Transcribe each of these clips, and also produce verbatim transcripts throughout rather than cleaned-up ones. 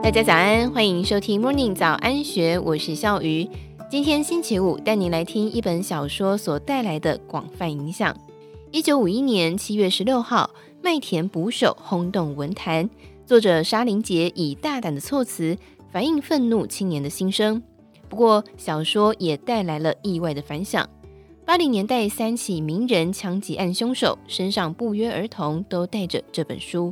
大家早安，欢迎收听 Morning 早安学，我是笑瑜。今天星期五，带您来听一本小说所带来的广泛影响。一九五一年七月十六号，麦田捕手轰动文坛，作者沙林杰以大胆的措辞反映愤怒青年的心声。不过，小说也带来了意外的反响。八零年代三起名人枪击案凶手身上不约而同都带着这本书。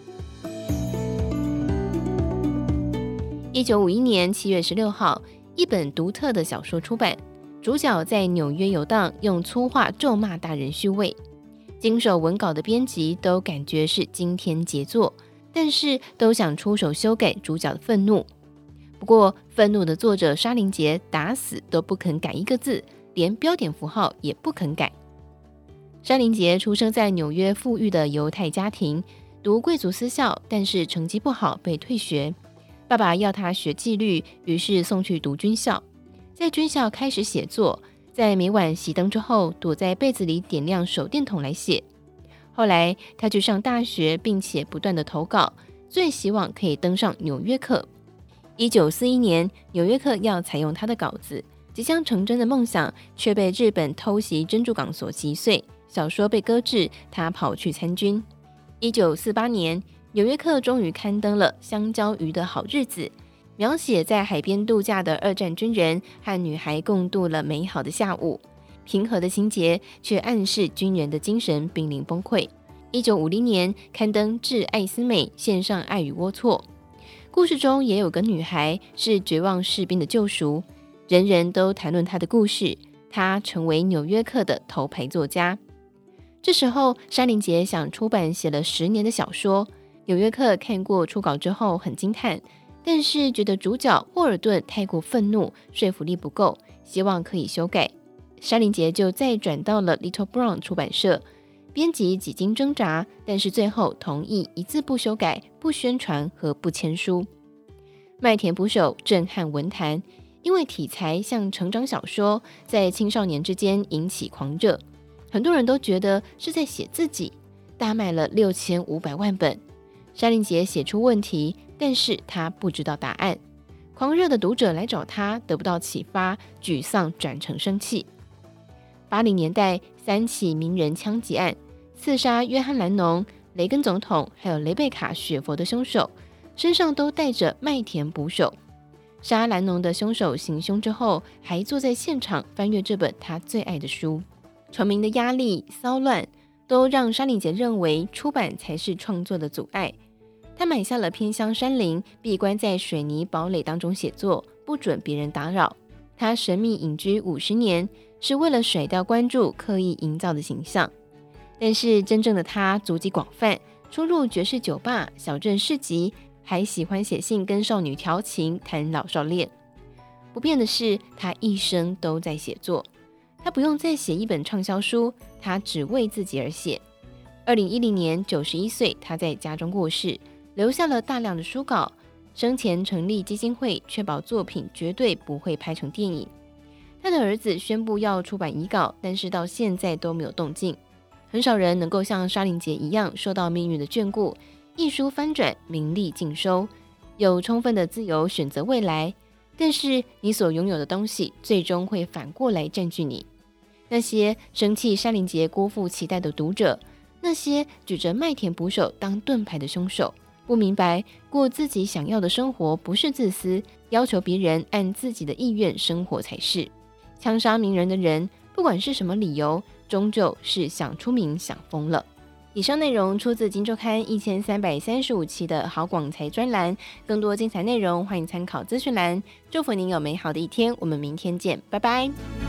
一九五一年七月十六号，一本独特的小说出版，主角在纽约游荡，用粗话咒骂大人虚伪。经手文稿的编辑都感觉是惊天杰作，但是都想出手修改主角的愤怒。不过，愤怒的作者沙林杰打死都不肯改一个字，连标点符号也不肯改。沙林杰出生在纽约富裕的犹太家庭，读贵族私校，但是成绩不好，被退学。爸爸要他学纪律，于是送去读军校。在军校开始写作，在每晚熄灯之后，躲在被子里点亮手电筒来写。后来他去上大学，并且不断的投稿，最希望可以登上纽约客。一九四一年，纽约客要采用他的稿子，即将成真的梦想却被日本偷袭珍珠港所击碎，小说被搁置，他跑去参军。一九四八年，纽约客终于刊登了《香蕉鱼的好日子》，描写在海边度假的二战军人和女孩共度了美好的下午。平和的情节却暗示军人的精神濒临崩溃。一九五零年刊登《致艾斯美》，献上爱与龌龊。故事中也有个女孩是绝望士兵的救赎，人人都谈论她的故事，她成为纽约客的头牌作家。这时候沙林杰想出版写了十年的小说，纽约客看过初稿之后很惊叹，但是觉得主角沃尔顿太过愤怒，说服力不够，希望可以修改。沙林杰就再转到了 Little Brown 出版社，编辑几经挣扎，但是最后同意一字不修改，不宣传和不签书。麦田捕手震撼文坛，因为题材像成长小说，在青少年之间引起狂热，很多人都觉得是在写自己，大卖了六千五百万本。沙林杰写出问题，但是他不知道答案。狂热的读者来找他，得不到启发，沮丧转成生气。八零年代三起名人枪击案，刺杀约翰·兰农、雷根总统还有雷贝卡·雪佛的凶手，身上都带着麦田捕手。杀兰农的凶手行凶之后，还坐在现场翻阅这本他最爱的书。传名的压力、骚乱，都让沙林杰认为出版才是创作的阻碍。他买下了偏乡山林，闭关在水泥堡垒当中写作，不准别人打扰。他神秘隐居五十年，是为了甩掉关注刻意营造的形象。但是真正的他足迹广泛，出入爵士酒吧、小镇市集，还喜欢写信跟少女调情，谈老少恋。不变的是，他一生都在写作。他不用再写一本畅销书，他只为自己而写。二零一零年，九十一岁，他在家中过世，留下了大量的书稿。生前成立基金会，确保作品绝对不会拍成电影。他的儿子宣布要出版遗稿，但是到现在都没有动静。很少人能够像沙林杰一样受到命运的眷顾，一书翻转，名利尽收，有充分的自由选择未来。但是你所拥有的东西，最终会反过来占据你。那些生气沙林杰辜负期待的读者，那些举着麦田捕手当盾牌的凶手，不明白过自己想要的生活不是自私，要求别人按自己的意愿生活才是。枪杀名人的人，不管是什么理由，终究是想出名想疯了。以上内容出自《今周刊》一千三百三十五期的好广财专栏，更多精彩内容欢迎参考资讯栏。祝福您有美好的一天，我们明天见，拜拜。